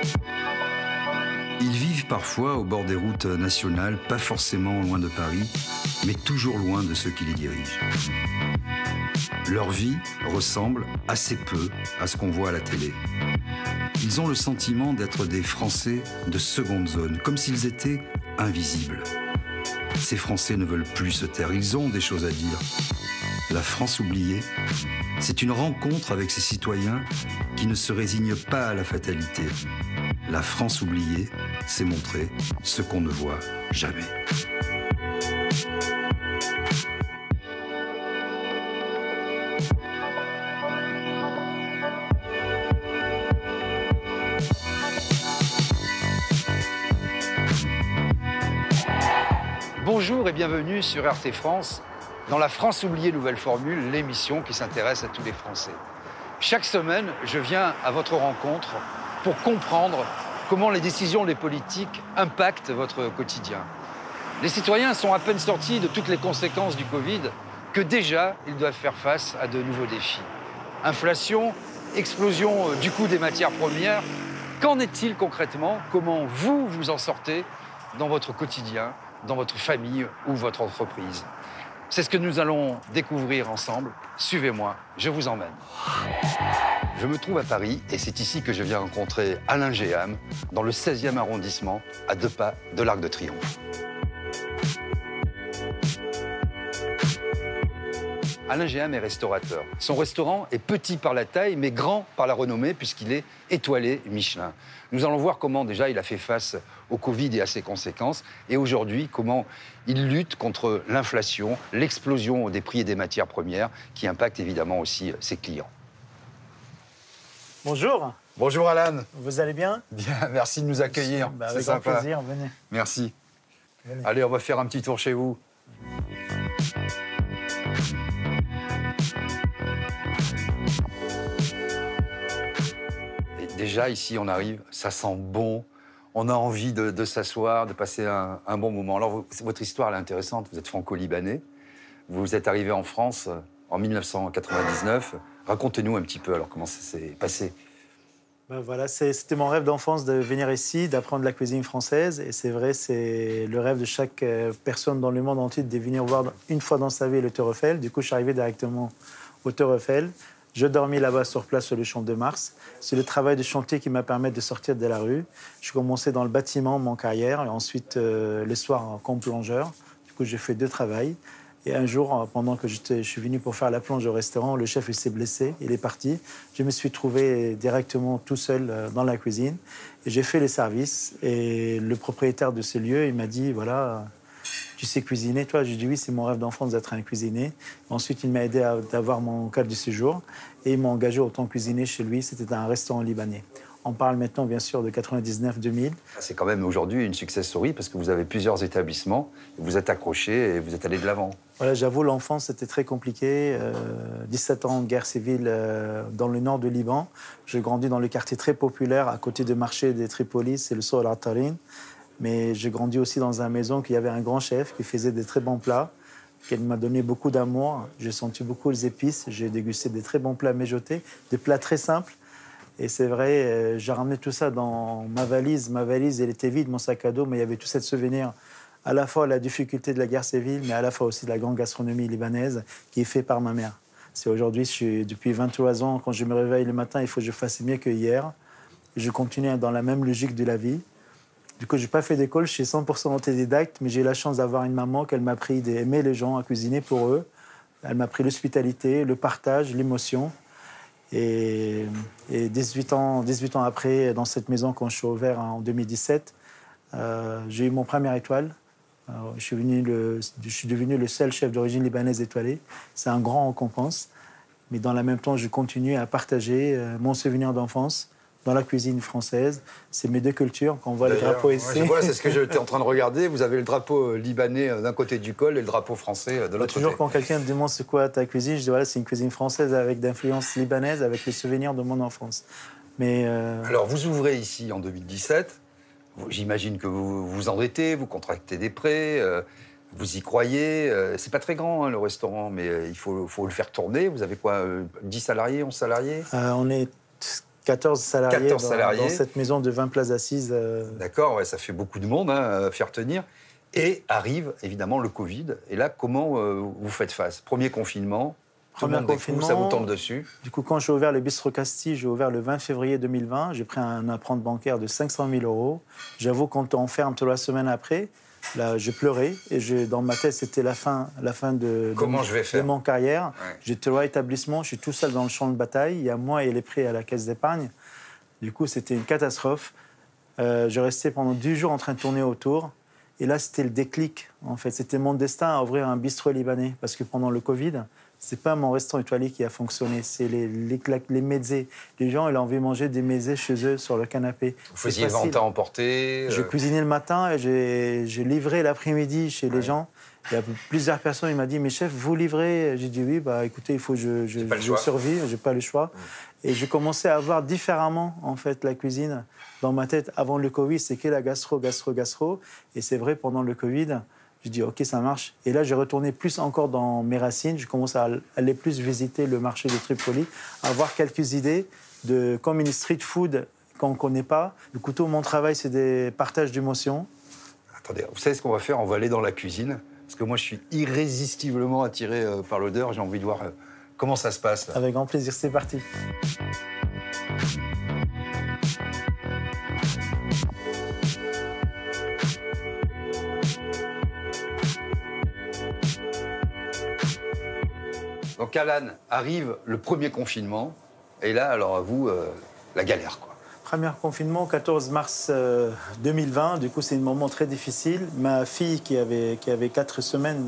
Ils vivent parfois au bord des routes nationales, pas forcément loin de Paris, mais toujours loin de ceux qui les dirigent. Leur vie ressemble assez peu à ce qu'on voit à la télé. Ils ont le sentiment d'être des Français de seconde zone, comme s'ils étaient invisibles. Ces Français ne veulent plus se taire, ils ont des choses à dire. La France oubliée, c'est une rencontre avec ces citoyens qui ne se résignent pas à la fatalité. La France oubliée, c'est montrer ce qu'on ne voit jamais. Bonjour et bienvenue sur RT France, dans la France oubliée nouvelle formule, l'émission qui s'intéresse à tous les Français. Chaque semaine, je viens à votre rencontre pour comprendre comment les décisions des politiques impactent votre quotidien. Les citoyens sont à peine sortis de toutes les conséquences du Covid que déjà ils doivent faire face à de nouveaux défis. Inflation, explosion du coût des matières premières. Qu'en est-il concrètement? Comment vous vous en sortez dans votre quotidien, dans votre famille ou votre entreprise? C'est ce que nous allons découvrir ensemble. Suivez-moi, je vous emmène. Je me trouve à Paris et c'est ici que je viens rencontrer Alain Géham, dans le 16e arrondissement, à 2 pas de l'Arc de Triomphe. Alain Géham est restaurateur. Son restaurant est petit par la taille, mais grand par la renommée, puisqu'il est étoilé Michelin. Nous allons voir comment déjà il a fait face au Covid et à ses conséquences, et aujourd'hui comment il lutte contre l'inflation, l'explosion des prix et des matières premières, qui impactent évidemment aussi ses clients. Bonjour. Bonjour Alain. Vous allez bien? Bien, merci de nous accueillir. C'est avec grand plaisir, venez. Merci. Venez. Allez, on va faire un petit tour chez vous. Et déjà, ici, on arrive, ça sent bon. On a envie de s'asseoir, de passer un bon moment. Alors, votre histoire elle est intéressante. Vous êtes franco-libanais. Vous êtes arrivé en France en 1999. Racontez-nous un petit peu alors comment ça s'est passé. Ben voilà, c'était mon rêve d'enfance de venir ici, d'apprendre la cuisine française. Et c'est vrai, c'est le rêve de chaque personne dans le monde entier de venir voir une fois dans sa vie le Tour Eiffel. Du coup, je suis arrivé directement au Tour Eiffel. Je dormis là-bas sur place sur le Champ de Mars. C'est le travail de chantier qui m'a permis de sortir de la rue. Je commençais dans le bâtiment, mon carrière, et ensuite le soir comme plongeur. Du coup, j'ai fait 2 travails. Et un jour, pendant que je suis venu pour faire la plonge au restaurant, le chef s'est blessé, il est parti. Je me suis trouvé directement tout seul dans la cuisine. Et j'ai fait les services. Et le propriétaire de ce lieu, il m'a dit, voilà, tu sais cuisiner, toi? J'ai dit oui, c'est mon rêve d'enfant d'être un cuisinier. Ensuite, il m'a aidé à avoir mon carte de séjour. Et il m'a engagé autant cuisiner chez lui. C'était un restaurant libanais. On parle maintenant, bien sûr, de 99-2000. C'est quand même aujourd'hui une success story parce que vous avez plusieurs établissements, vous êtes accroché et vous êtes allé de l'avant. Voilà, j'avoue, l'enfance, c'était très compliqué. 17 ans de guerre civile dans le nord du Liban. J'ai grandi dans le quartier très populaire, à côté du marché des Tripolis, c'est le Souk al-Atarin. Mais j'ai grandi aussi dans une maison qui avait un grand chef qui faisait des très bons plats, qui m'a donné beaucoup d'amour. J'ai senti beaucoup les épices, j'ai dégusté des très bons plats mijotés, des plats très simples. Et c'est vrai, j'ai ramené tout ça dans ma valise. Ma valise, elle était vide, mon sac à dos, mais il y avait tout ce souvenir, à la fois la difficulté de la guerre civile, mais à la fois aussi de la grande gastronomie libanaise qui est faite par ma mère. C'est aujourd'hui, depuis 23 ans, quand je me réveille le matin, il faut que je fasse mieux que hier. Je continue dans la même logique de la vie. Du coup, je n'ai pas fait d'école, je suis 100% autodidacte, mais j'ai eu la chance d'avoir une maman qu'elle m'a appris d'aimer les gens, à cuisiner pour eux. Elle m'a appris l'hospitalité, le partage, l'émotion. Et 18 ans après, dans cette maison, quand je suis ouvert en 2017, j'ai eu mon première étoile. Je suis devenu le seul chef d'origine libanaise étoilé. C'est un grand récompense. Mais dans le même temps, je continue à partager mon souvenir d'enfance dans la cuisine française. C'est mes 2 cultures, qu'on voit le drapeau ici. Je vois, c'est ce que j'étais en train de regarder. Vous avez le drapeau libanais d'un côté du col et le drapeau français de l'autre côté. Toujours quand quelqu'un me demande c'est quoi ta cuisine, je dis voilà, c'est une cuisine française avec d'influence libanaise, avec les souvenirs de mon enfance. Mais Alors, vous ouvrez ici en 2017. J'imagine que vous vous endettez, vous contractez des prêts, vous y croyez. C'est pas très grand, hein, le restaurant, mais il faut le faire tourner. Vous avez quoi, 10 salariés, 11 salariés? On est 14 salariés, 14 salariés. Dans cette maison de 20 places assises. D'accord, ouais, ça fait beaucoup de monde à faire tenir. Et arrive évidemment le Covid. Et là, comment vous faites face? Premier confinement, tout le monde découvre, ça vous tombe dessus. Du coup, quand j'ai ouvert le Bistro Castille, j'ai ouvert le 20 février 2020. J'ai pris un emprunt bancaire de 500 000 €. J'avoue, quand on ferme 3 semaines après, là, j'ai pleuré. Et dans ma tête, c'était la fin de mon carrière. Ouais. J'ai 3 établissements. Je suis tout seul dans le champ de bataille. Il y a moi et les prêts à la caisse d'épargne. Du coup, c'était une catastrophe. Je restais pendant 10 jours en train de tourner autour. Et là, c'était le déclic, en fait. C'était mon destin à ouvrir un bistrot libanais. Parce que pendant le Covid, c'est pas mon restaurant étoilé qui a fonctionné. C'est les mezzés. Les gens, ils ont envie de manger des mezzés chez eux, sur le canapé. Vous faisiez vente à emporter Je cuisinais le matin et j'ai livré l'après-midi chez les gens. Il y a plusieurs personnes, il m'a dit, mais chef, vous livrez? J'ai dit oui, bah écoutez, il faut que je survive, j'ai pas le choix. Et j'ai commencé à voir différemment, en fait, la cuisine. Dans ma tête, avant le Covid, c'est que la gastro. Et c'est vrai, pendant le Covid, je dis ok, ça marche. Et là, j'ai retourné plus encore dans mes racines. Je commence à aller plus visiter le marché de Tripoli, à avoir quelques idées comme une street food qu'on ne connaît pas. Du coup, tout mon travail, c'est des partages d'émotions. Attendez, vous savez ce qu'on va faire? On va aller dans la cuisine. Parce que moi, je suis irrésistiblement attiré par l'odeur. J'ai envie de voir comment ça se passe. Là. Avec grand plaisir, c'est parti. Donc Alan, arrive le premier confinement. Et là, alors à vous, la galère, quoi. Premier confinement, 14 mars 2020. Du coup, c'est un moment très difficile. Ma fille, qui avait 6 semaines,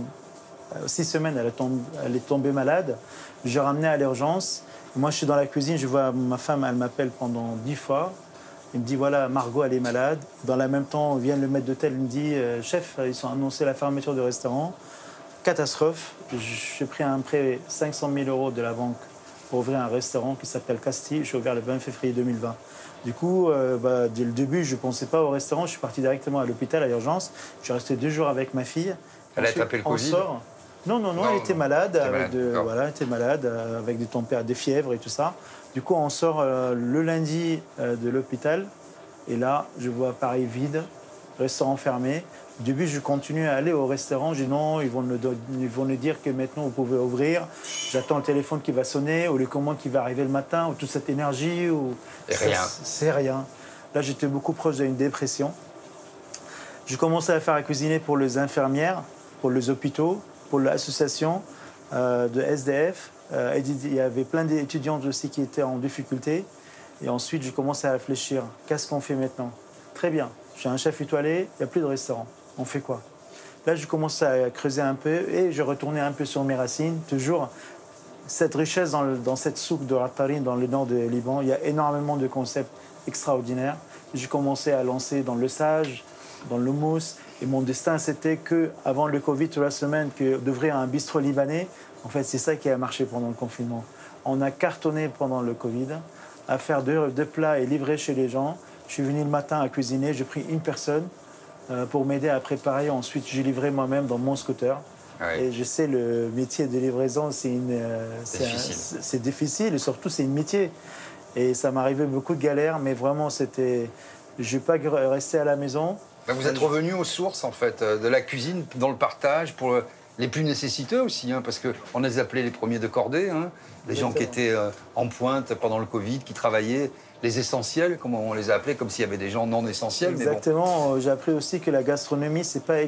elle est tombée malade. Je l'ai ramenée à l'urgence. Moi, je suis dans la cuisine. Je vois ma femme, elle m'appelle pendant 10 fois. Il me dit, voilà, Margot, elle est malade. Dans le même temps, vient le maître d'hôtel, il me dit, chef, ils ont annoncé la fermeture du restaurant. Catastrophe. J'ai pris un prêt 500 000 € de la banque pour ouvrir un restaurant qui s'appelle Castille. J'ai ouvert le 20 février 2020. Du coup, dès le début, je ne pensais pas au restaurant. Je suis parti directement à l'hôpital, à l'urgence. Je suis resté 2 jours avec ma fille. Elle a attrapé le Covid? Non, elle était malade. Elle était malade avec des fièvres et tout ça. Du coup, on sort le lundi de l'hôpital. Et là, je vois Paris vide, restaurant fermé. Au début, je continue à aller au restaurant. Je dis non, ils vont nous dire que maintenant, vous pouvez ouvrir. J'attends le téléphone qui va sonner, ou les commandes qui va arriver le matin, ou toute cette énergie. Rien. C'est rien. Là, j'étais beaucoup proche d'une dépression. J'ai commencé à faire à cuisiner pour les infirmières, pour les hôpitaux, pour l'association de SDF. Il y avait plein d'étudiants aussi qui étaient en difficulté. Et ensuite, j'ai commencé à réfléchir. Qu'est-ce qu'on fait maintenant? Très bien. Je suis un chef étoilé, il n'y a plus de restaurant. On fait quoi? Là, je commence à creuser un peu et je retournais un peu sur mes racines. Toujours cette richesse dans cette souk de Ratarine, dans le nord du Liban. Il y a énormément de concepts extraordinaires. J'ai commencé à lancer dans le sage, dans le mousse. Et mon destin, c'était qu'avant le Covid, toute la semaine, d'ouvrir un bistrot libanais. En fait, c'est ça qui a marché pendant le confinement. On a cartonné pendant le Covid à faire deux plats et livrer chez les gens. Je suis venu le matin à cuisiner, j'ai pris une personne pour m'aider à préparer. Ensuite, j'ai livré moi-même dans mon scooter. Ouais. Et je sais, le métier de livraison, c'est difficile et surtout, c'est un métier. Et ça m'arrivait beaucoup de galères, mais vraiment, je n'ai pas resté à la maison. Vous êtes revenu aux sources, en fait, de la cuisine, dans le partage, pour les plus nécessiteux aussi, hein, parce qu'on les appelait les premiers de cordée, hein, les gens qui étaient en pointe pendant le Covid, qui travaillaient. Les essentiels, comme on les a appelés, comme s'il y avait des gens non essentiels. Exactement. Mais bon. J'ai appris aussi que la gastronomie, c'est pas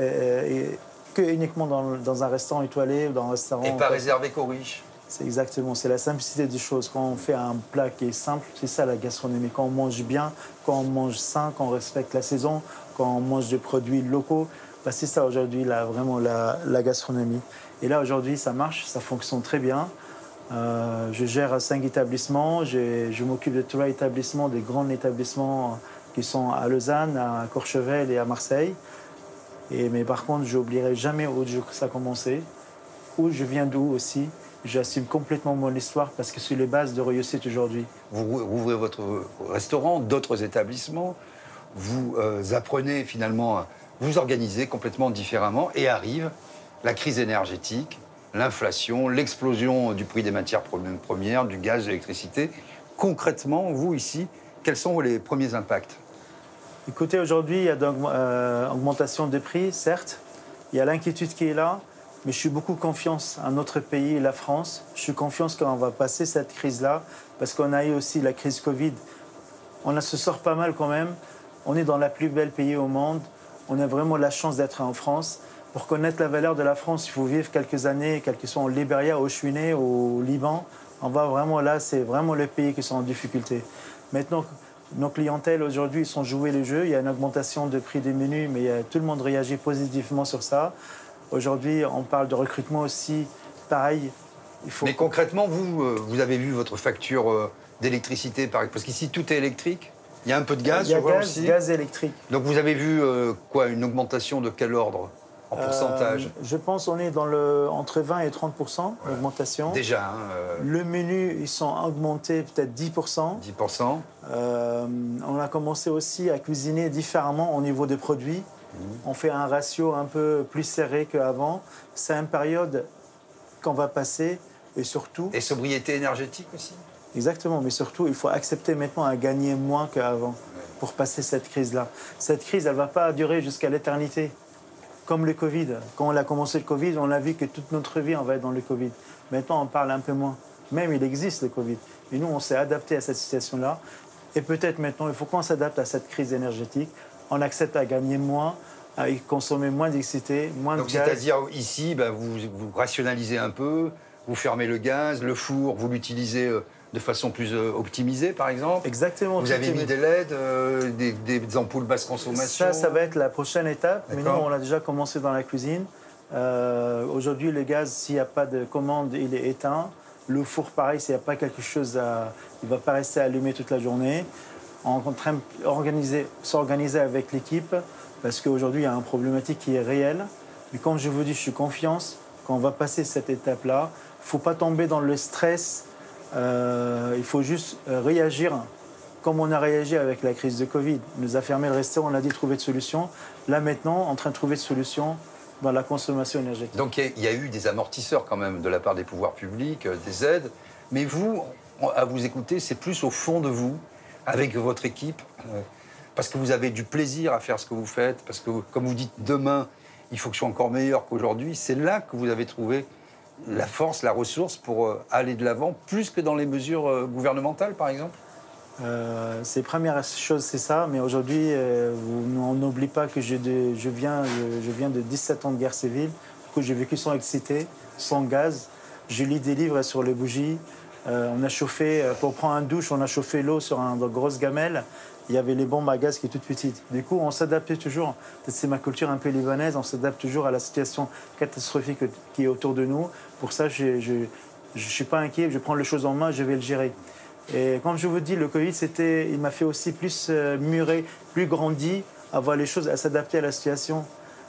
que uniquement dans un restaurant étoilé ou dans un restaurant. Et pas réservé qu'aux riches. C'est exactement. C'est la simplicité des choses. Quand on fait un plat qui est simple, c'est ça la gastronomie. Quand on mange bien, quand on mange sain, quand on respecte la saison, quand on mange des produits locaux, c'est ça aujourd'hui vraiment la gastronomie. Et là aujourd'hui, ça marche, ça fonctionne très bien. Je gère 5 établissements, je m'occupe de 3 établissements, des grands établissements qui sont à Lausanne, à Courchevel et à Marseille. Mais par contre, je n'oublierai jamais où ça a commencé, où je viens d'où aussi. J'assume complètement mon histoire parce que c'est les bases de réussite aujourd'hui. Vous ouvrez votre restaurant, d'autres établissements, vous apprenez finalement, vous organisez complètement différemment et arrive la crise énergétique, l'inflation, l'explosion du prix des matières premières, du gaz, de l'électricité. concrètement, vous, ici, quels sont les premiers impacts? Écoutez, aujourd'hui, il y a une augmentation des prix, certes. Il y a l'inquiétude qui est là, mais je suis beaucoup confiance à notre pays, la France. Je suis confiance qu'on va passer cette crise-là, parce qu'on a eu aussi la crise Covid. On se sort pas mal quand même. On est dans la plus belle pays au monde. On a vraiment la chance d'être en France. Pour connaître la valeur de la France, il faut vivre quelques années, quel que soit au Libéria, au Chouiné, au Liban. On va vraiment là, c'est vraiment les pays qui sont en difficulté. Maintenant, nos clientèles aujourd'hui, ils sont joués le jeu. Il y a une augmentation de prix des menus, mais tout le monde réagit positivement sur ça. Aujourd'hui, on parle de recrutement aussi. Pareil. Mais concrètement, vous avez vu votre facture d'électricité, parce qu'ici, tout est électrique. Il y a un peu de gaz, je vois aussi. Gaz électrique. Donc vous avez vu quoi, une augmentation de quel ordre en pourcentage? Je pense qu'on est dans entre 20 et 30% d'augmentation. Déjà. Le menu, ils sont augmentés peut-être 10%. 10%. On a commencé aussi à cuisiner différemment au niveau des produits. On fait un ratio un peu plus serré qu'avant. C'est une période qu'on va passer et surtout... Et sobriété énergétique aussi? Exactement, mais surtout, il faut accepter maintenant à gagner moins qu'avant pour passer cette crise-là. Cette crise, elle ne va pas durer jusqu'à l'éternité. Comme le Covid. Quand on a commencé le Covid, on a vu que toute notre vie, on va être dans le Covid. Maintenant, on parle un peu moins. Même, il existe le Covid. Et nous, on s'est adapté à cette situation-là. Et peut-être maintenant, il faut qu'on s'adapte à cette crise énergétique. On accepte à gagner moins, à consommer moins d'électricité, moins de gaz. C'est-à-dire, ici, vous rationalisez un peu, vous fermez le gaz, le four, vous l'utilisez de façon plus optimisée, par exemple. Exactement. Vous avez mis des LED, des ampoules basse consommation. Ça va être la prochaine étape. Mais nous, on a déjà commencé dans la cuisine. Aujourd'hui, le gaz, s'il n'y a pas de commande, il est éteint. Le four, pareil, s'il n'y a pas quelque chose, il ne va pas rester allumé toute la journée. On est en train de s'organiser avec l'équipe parce qu'aujourd'hui, il y a une problématique qui est réelle. Mais comme je vous dis, je suis confiance qu'on va passer cette étape-là. Il ne faut pas tomber dans le stress. Il faut juste réagir comme on a réagi avec la crise de Covid. On nous a fermé le restaurant, on a dit trouver de solutions. Là, maintenant, en train de trouver de solutions dans la consommation énergétique. Donc, il y a eu des amortisseurs quand même de la part des pouvoirs publics, des aides. Mais vous, à vous écouter, c'est plus au fond de vous, avec votre équipe, parce que vous avez du plaisir à faire ce que vous faites, parce que, comme vous dites, demain, il faut que je sois encore meilleur qu'aujourd'hui. C'est là que vous avez trouvé la force, la ressource pour aller de l'avant, plus que dans les mesures gouvernementales, par exemple? C'est première chose, c'est ça. Mais aujourd'hui, on n'oublie pas que je viens de 17 ans de guerre civile. Du coup, j'ai vécu sans électricité, sans gaz. Je lis des livres sur les bougies. On a chauffé, pour prendre une douche, on a chauffé l'eau sur une grosse gamelle. Il y avait les bombes à gaz qui étaient toutes petites. Du coup, on s'adaptait toujours. C'est ma culture un peu libanaise. On s'adapte toujours à la situation catastrophique qui est autour de nous. Pour ça, je ne suis pas inquiet. Je prends les choses en main, je vais le gérer. Et comme je vous dis, le Covid, il m'a fait aussi plus murer, plus grandi, à voir les choses, à s'adapter à la situation.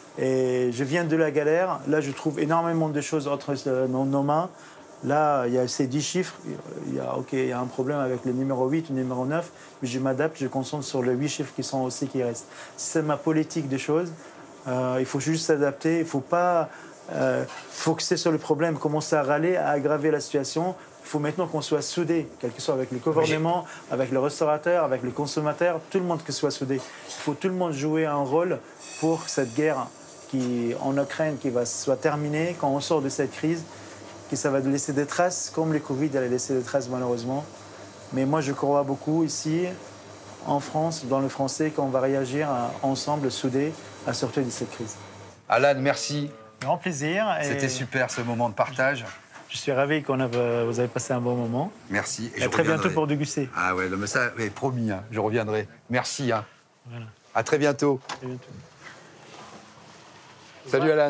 Et je viens de la galère. Là, je trouve énormément de choses entre nos mains. Là, il y a ces 10 chiffres. Il y a un problème avec le numéro 8, le numéro 9. Mais je m'adapte, je concentre sur les 8 chiffres qui restent. C'est ma politique des choses. Il faut juste s'adapter. Il ne faut pas focuser sur le problème, commencer à râler, à aggraver la situation. Il faut maintenant qu'on soit soudés, quel que soit avec le gouvernement, avec le restaurateur, avec les consommateurs, tout le monde que soit soudé. Il faut tout le monde jouer un rôle pour cette guerre en Ukraine qui soit terminée, quand on sort de cette crise, que ça va laisser des traces, comme le Covid allait laisser des traces malheureusement. Mais moi je crois beaucoup ici, en France, dans le français, qu'on va réagir ensemble, soudés, à sortir de cette crise. Alan, merci. Grand plaisir. C'était super ce moment de partage. Je suis ravi que vous avez passé un bon moment. Merci. Et à très bientôt pour déguster. Ah ouais, mais ça, promis, hein, je reviendrai. Merci. Hein. Voilà. À très bientôt. À très bientôt. Salut Alan.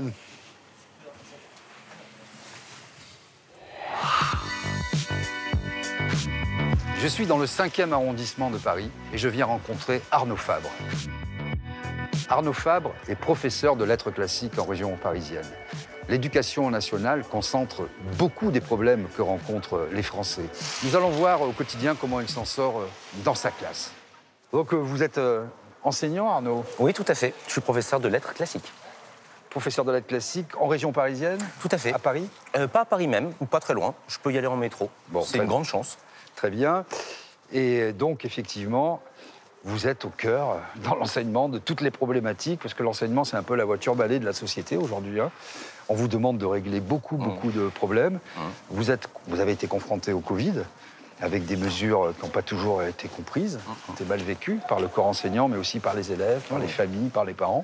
Je suis dans le 5e arrondissement de Paris et je viens rencontrer Arnaud Fabre. Arnaud Fabre est professeur de lettres classiques en région parisienne. L'éducation nationale concentre beaucoup des problèmes que rencontrent les Français. Nous allons voir au quotidien comment il s'en sort dans sa classe. Donc vous êtes enseignant, Arnaud? Oui, tout à fait. Je suis professeur de lettres classiques. Professeur de lettres classiques en région parisienne? Tout à fait. À Paris? Pas à Paris même, ou pas très loin. Je peux y aller en métro. Bon, c'est une grande chance. Très bien. Et donc, effectivement, vous êtes au cœur, dans l'enseignement, de toutes les problématiques, parce que l'enseignement, c'est un peu la voiture balai de la société aujourd'hui. Hein. On vous demande de régler beaucoup de problèmes. Vous avez été confronté au Covid, avec des mesures qui n'ont pas toujours été comprises, qui ont été mal vécues par le corps enseignant, mais aussi par les élèves, par les familles, par les parents.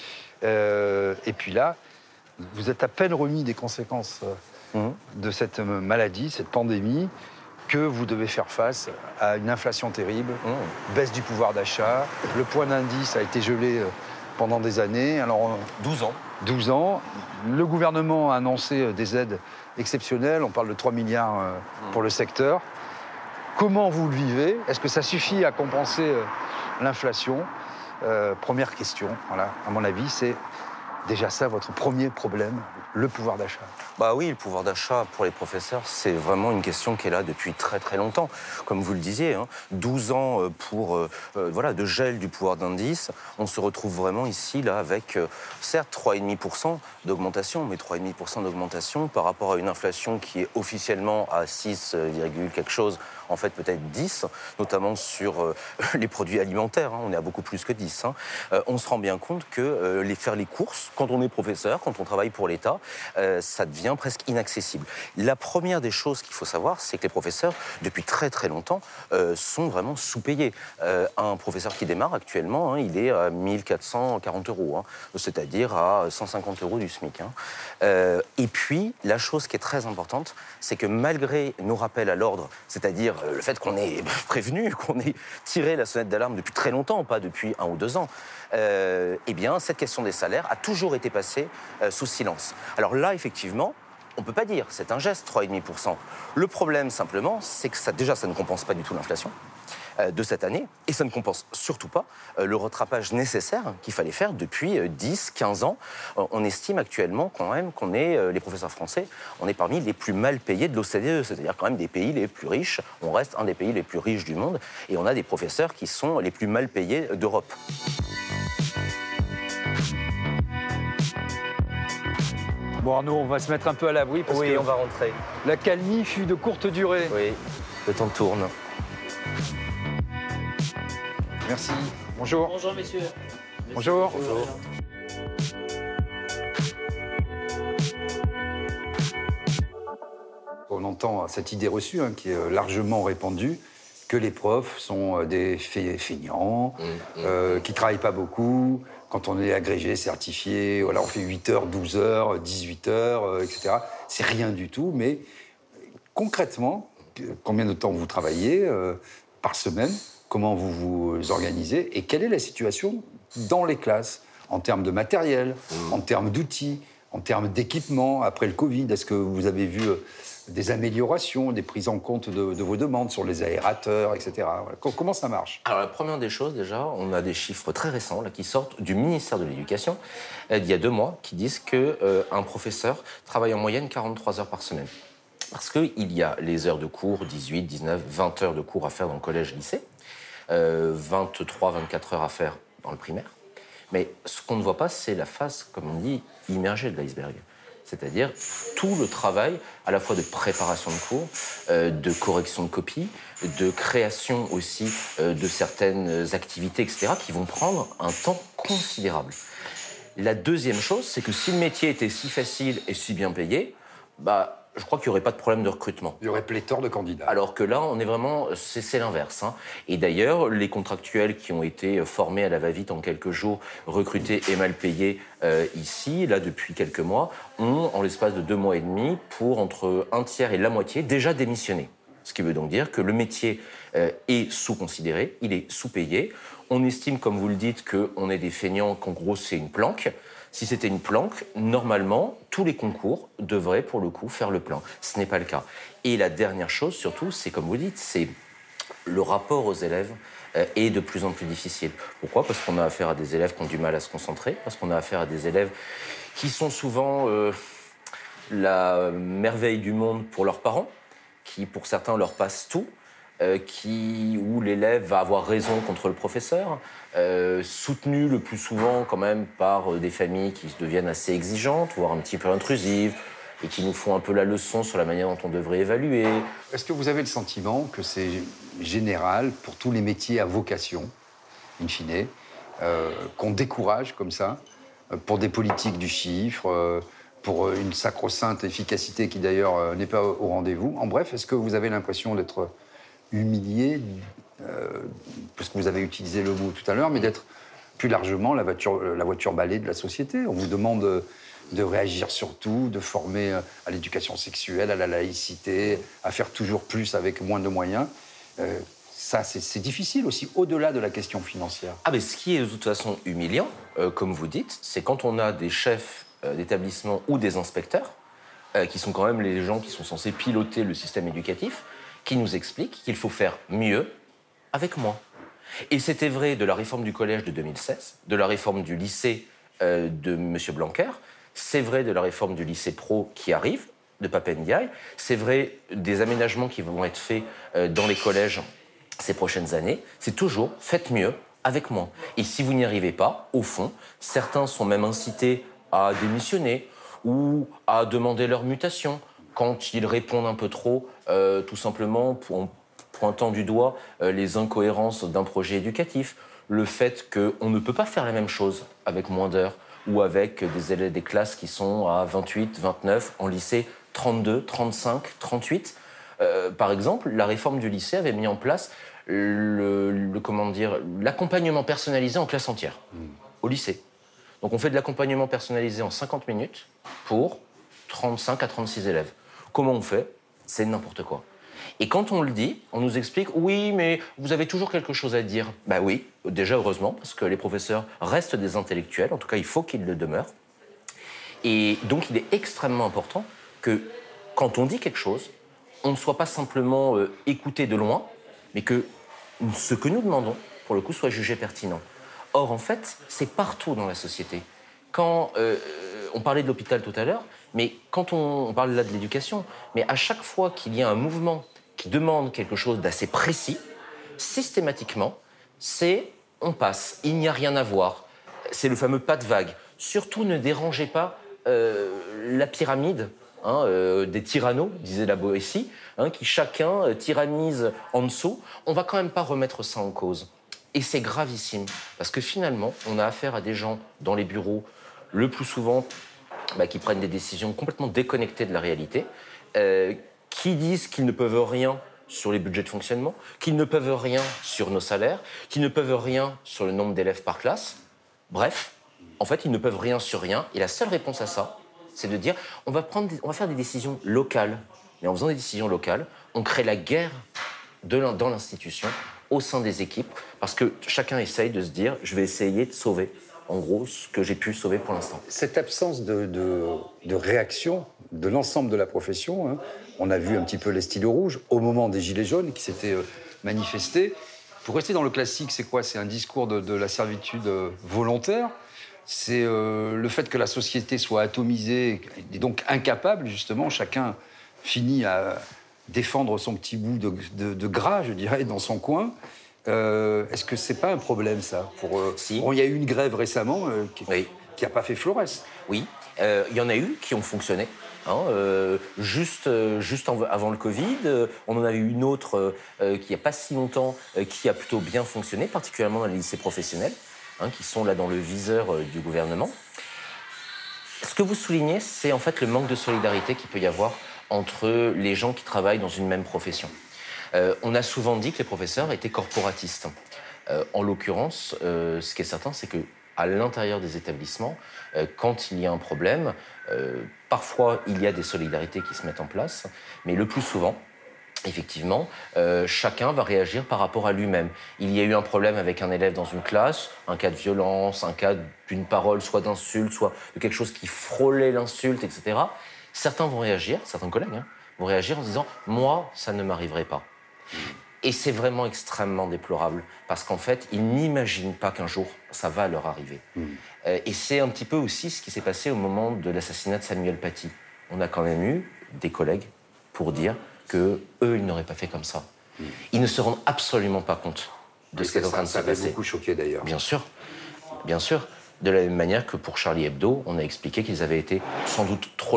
Et puis là, vous êtes à peine remis des conséquences de cette maladie, cette pandémie, que vous devez faire face à une inflation terrible, baisse du pouvoir d'achat. Le point d'indice a été gelé pendant des années. Alors, 12 ans. 12 ans. Le gouvernement a annoncé des aides exceptionnelles. On parle de 3 milliards pour le secteur. Comment vous le vivez? Est-ce que ça suffit à compenser l'inflation? Première question, voilà, à mon avis, c'est déjà ça votre premier problème, le pouvoir d'achat. Bah oui, le pouvoir d'achat pour les professeurs, c'est vraiment une question qui est là depuis très très longtemps. Comme vous le disiez, 12 ans pour de gel du pouvoir d'indice. On se retrouve vraiment ici là avec certes 3,5% d'augmentation, mais 3,5% d'augmentation par rapport à une inflation qui est officiellement à 6, quelque chose, en fait peut-être 10, notamment sur les produits alimentaires. On est à beaucoup plus que 10. On se rend bien compte que faire les courses, quand on est professeur, quand on travaille pour l'État, ça devient presque inaccessible. La première des choses qu'il faut savoir, c'est que les professeurs, depuis très très longtemps, sont vraiment sous-payés. Un professeur qui démarre actuellement, il est à 1 440 €, c'est-à-dire à 150 € du SMIC. Et puis, la chose qui est très importante, c'est que malgré nos rappels à l'ordre, c'est-à-dire le fait qu'on ait prévenu, qu'on ait tiré la sonnette d'alarme depuis très longtemps, pas depuis 1 ou 2 ans, eh bien, cette question des salaires a toujours été passée sous silence. Alors là, effectivement, on ne peut pas dire, c'est un geste, 3,5%. Le problème, simplement, c'est que ça ne compense pas du tout l'inflation de cette année, et ça ne compense surtout pas le rattrapage nécessaire qu'il fallait faire depuis 10, 15 ans. On estime actuellement quand même qu'on est, les professeurs français, on est parmi les plus mal payés de l'OCDE, c'est-à-dire quand même des pays les plus riches. On reste un des pays les plus riches du monde, et on a des professeurs qui sont les plus mal payés d'Europe. Bon Arnaud, on va se mettre un peu à l'abri parce que on va rentrer. La calmie fut de courte durée. Oui, le temps tourne. Merci. Bonjour. Bonjour messieurs. Bonjour. Bonjour. On entend cette idée reçue qui est largement répandue, que les profs sont des feignants, qui ne travaillent pas beaucoup. Quand on est agrégé, certifié, voilà, on fait 8 heures, 12 heures, 18 heures, etc. C'est rien du tout, mais concrètement, combien de temps vous travaillez par semaine? Comment vous vous organisez? Et quelle est la situation dans les classes, en termes de matériel, en termes d'outils, en termes d'équipement, après le Covid? Est-ce que vous avez vu des améliorations, des prises en compte de vos demandes sur les aérateurs, etc. Voilà. Comment ça marche? Alors la première des choses, déjà, on a des chiffres très récents là, qui sortent du ministère de l'Éducation, il y a 2 mois, qui disent qu'un professeur travaille en moyenne 43 heures par semaine. Parce qu'il y a les heures de cours, 18, 19, 20 heures de cours à faire dans le collège-lycée, 23, 24 heures à faire dans le primaire. Mais ce qu'on ne voit pas, c'est la face, comme on dit, immergée de l'iceberg. C'est-à-dire tout le travail, à la fois de préparation de cours, de correction de copies, de création aussi de certaines activités, etc., qui vont prendre un temps considérable. La deuxième chose, c'est que si le métier était si facile et si bien payé, je crois qu'il n'y aurait pas de problème de recrutement. Il y aurait pléthore de candidats. Alors que là, on est vraiment... C'est l'inverse. Et d'ailleurs, les contractuels qui ont été formés à la va-vite en quelques jours, recrutés et mal payés ici, là, depuis quelques mois, ont, en l'espace de 2 mois et demi, pour entre un tiers et la moitié, déjà démissionné. Ce qui veut donc dire que le métier est sous-considéré, il est sous-payé. On estime, comme vous le dites, qu'on est des feignants, qu'en gros, c'est une planque. Si c'était une planque, normalement, tous les concours devraient, pour le coup, faire le plein. Ce n'est pas le cas. Et la dernière chose, surtout, c'est, comme vous dites, c'est le rapport aux élèves est de plus en plus difficile. Pourquoi? Parce qu'on a affaire à des élèves qui ont du mal à se concentrer, parce qu'on a affaire à des élèves qui sont souvent la merveille du monde pour leurs parents, qui, pour certains, leur passent tout, où l'élève va avoir raison contre le professeur, soutenu le plus souvent quand même par des familles qui deviennent assez exigeantes, voire un petit peu intrusives, et qui nous font un peu la leçon sur la manière dont on devrait évaluer. Est-ce que vous avez le sentiment que c'est général pour tous les métiers à vocation, in fine, qu'on décourage comme ça, pour des politiques du chiffre, pour une sacro-sainte efficacité qui d'ailleurs n'est pas au rendez-vous? En bref, est-ce que vous avez l'impression d'être humilié, parce que vous avez utilisé le mot tout à l'heure, mais d'être plus largement la voiture balai de la société? On vous demande de réagir sur tout, de former à l'éducation sexuelle, à la laïcité, à faire toujours plus avec moins de moyens. Ça, c'est difficile aussi, au-delà de la question financière. Ah, mais ce qui est de toute façon humiliant, comme vous dites, c'est quand on a des chefs d'établissement ou des inspecteurs, qui sont quand même les gens qui sont censés piloter le système éducatif, qui nous expliquent qu'il faut faire mieux avec moins. Et c'était vrai de la réforme du collège de 2016, de la réforme du lycée de M. Blanquer, c'est vrai de la réforme du lycée pro qui arrive, de Pape Ndiaye, c'est vrai des aménagements qui vont être faits dans les collèges ces prochaines années. C'est toujours faites mieux avec moins. Et si vous n'y arrivez pas, au fond, certains sont même incités à démissionner ou à demander leur mutation quand ils répondent un peu trop, tout simplement en pointant du doigt les incohérences d'un projet éducatif, le fait qu'on ne peut pas faire la même chose avec moins d'heures ou avec des élèves des classes qui sont à 28, 29, en lycée 32, 35, 38. Par exemple, la réforme du lycée avait mis en place l'accompagnement personnalisé en classe entière, au lycée. Donc on fait de l'accompagnement personnalisé en 50 minutes pour 35 à 36 élèves. Comment on fait? C'est n'importe quoi. Et quand on le dit, on nous explique « oui, mais vous avez toujours quelque chose à dire ». Ben oui, déjà heureusement, parce que les professeurs restent des intellectuels, en tout cas il faut qu'ils le demeurent. Et donc il est extrêmement important que quand on dit quelque chose, on ne soit pas simplement écouté de loin, mais que ce que nous demandons, pour le coup, soit jugé pertinent. Or, en fait, c'est partout dans la société. Quand on parlait de l'hôpital tout à l'heure, mais quand on parle là de l'éducation, mais à chaque fois qu'il y a un mouvement qui demande quelque chose d'assez précis, systématiquement, c'est on passe, il n'y a rien à voir. C'est le fameux pas de vague. Surtout ne dérangez pas la pyramide des tyrannos, disait la Boétie, qui chacun tyrannise en dessous. On va quand même pas remettre ça en cause. Et c'est gravissime, parce que finalement, on a affaire à des gens dans les bureaux, le plus souvent, qui prennent des décisions complètement déconnectées de la réalité, qui disent qu'ils ne peuvent rien sur les budgets de fonctionnement, qu'ils ne peuvent rien sur nos salaires, qu'ils ne peuvent rien sur le nombre d'élèves par classe. Bref, en fait, ils ne peuvent rien sur rien. Et la seule réponse à ça, c'est de dire on va faire des décisions locales. Mais en faisant des décisions locales, on crée la guerre dans l'institution, au sein des équipes, parce que chacun essaye de se dire je vais essayer de sauver, en gros, ce que j'ai pu sauver pour l'instant. Cette absence de réaction de l'ensemble de la profession, on a vu un petit peu les stylos rouges au moment des Gilets jaunes qui s'étaient manifestés. Pour rester dans le classique, c'est quoi? C'est un discours de la servitude volontaire. C'est le fait que la société soit atomisée et donc incapable, justement, chacun finit à défendre son petit bout de gras, je dirais, dans son coin. Est-ce que c'est pas un problème, ça? Si. Il y a eu une grève récemment qui n'a pas fait Florès. Oui, il y en a eu qui ont fonctionné. Juste avant le Covid, on en a eu une autre qui il n'y a pas si longtemps, qui a plutôt bien fonctionné, particulièrement dans les lycées professionnels, qui sont là dans le viseur du gouvernement. Ce que vous soulignez, c'est en fait le manque de solidarité qu'il peut y avoir entre les gens qui travaillent dans une même profession. On a souvent dit que les professeurs étaient corporatistes. En l'occurrence, ce qui est certain, c'est qu'à l'intérieur des établissements, quand il y a un problème, parfois il y a des solidarités qui se mettent en place, mais le plus souvent, effectivement, chacun va réagir par rapport à lui-même. Il y a eu un problème avec un élève dans une classe, un cas de violence, un cas d'une parole, soit d'insulte, soit de quelque chose qui frôlait l'insulte, etc. Certains vont réagir, certains collègues vont réagir en disant « moi, ça ne m'arriverait pas ». Et c'est vraiment extrêmement déplorable, parce qu'en fait, ils n'imaginent pas qu'un jour, ça va leur arriver. Et c'est un petit peu aussi ce qui s'est passé au moment de l'assassinat de Samuel Paty. On a quand même eu des collègues pour dire qu'eux, ils n'auraient pas fait comme ça. Ils ne se rendent absolument pas compte de ce qui est en train de se passer. Ça m'a beaucoup choqué, d'ailleurs. Bien sûr, bien sûr. De la même manière que pour Charlie Hebdo, on a expliqué qu'ils avaient été sans doute trop loin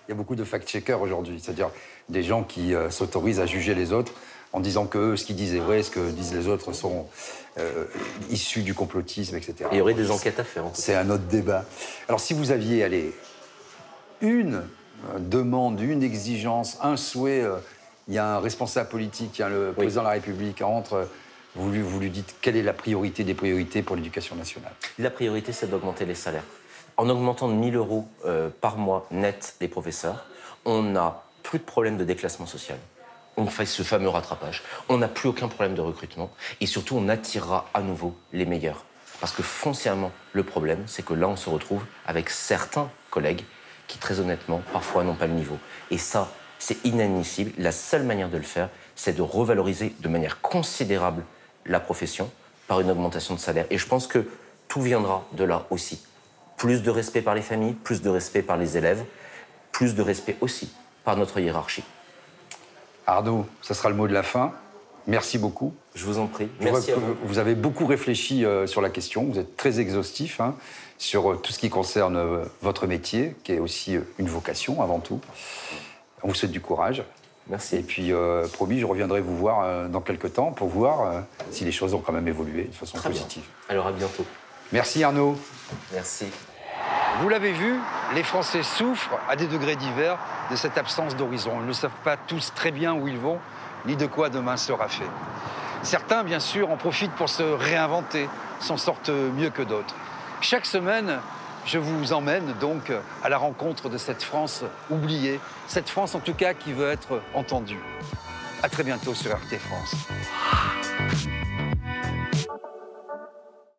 Il y a beaucoup de fact-checkers aujourd'hui, c'est-à-dire des gens qui s'autorisent à juger les autres en disant que ce qu'ils disent est vrai, ce que disent les autres sont issus du complotisme, etc. Et il y aurait des enquêtes à faire. C'est un autre débat. Alors si vous aviez, allez, une demande, une exigence, un souhait, il y a un responsable politique, il y a le président de la République, entre, vous lui dites quelle est la priorité des priorités pour l'éducation nationale? La priorité, c'est d'augmenter les salaires. En augmentant de 1 000 euros par mois net les professeurs, on n'a plus de problème de déclassement social. On fait ce fameux rattrapage. On n'a plus aucun problème de recrutement. Et surtout, on attirera à nouveau les meilleurs. Parce que foncièrement, le problème, c'est que là, on se retrouve avec certains collègues qui, très honnêtement, parfois n'ont pas le niveau. Et ça, c'est inadmissible. La seule manière de le faire, c'est de revaloriser de manière considérable la profession par une augmentation de salaire. Et je pense que tout viendra de là aussi. Plus de respect par les familles, plus de respect par les élèves, plus de respect aussi par notre hiérarchie. Arnaud, ça sera le mot de la fin. Merci beaucoup. Je vous en prie. Merci à vous. Vous avez beaucoup réfléchi sur la question. Vous êtes très exhaustif sur tout ce qui concerne votre métier, qui est aussi une vocation avant tout. On vous souhaite du courage. Merci. Et puis, promis, je reviendrai vous voir dans quelques temps pour voir si les choses ont quand même évolué de façon positive. Bien. Alors, à bientôt. Merci Arnaud. Merci. Vous l'avez vu, les Français souffrent à des degrés divers de cette absence d'horizon. Ils ne savent pas tous très bien où ils vont, ni de quoi demain sera fait. Certains, bien sûr, en profitent pour se réinventer, s'en sortent mieux que d'autres. Chaque semaine, je vous emmène donc à la rencontre de cette France oubliée, cette France en tout cas qui veut être entendue. À très bientôt sur RT France.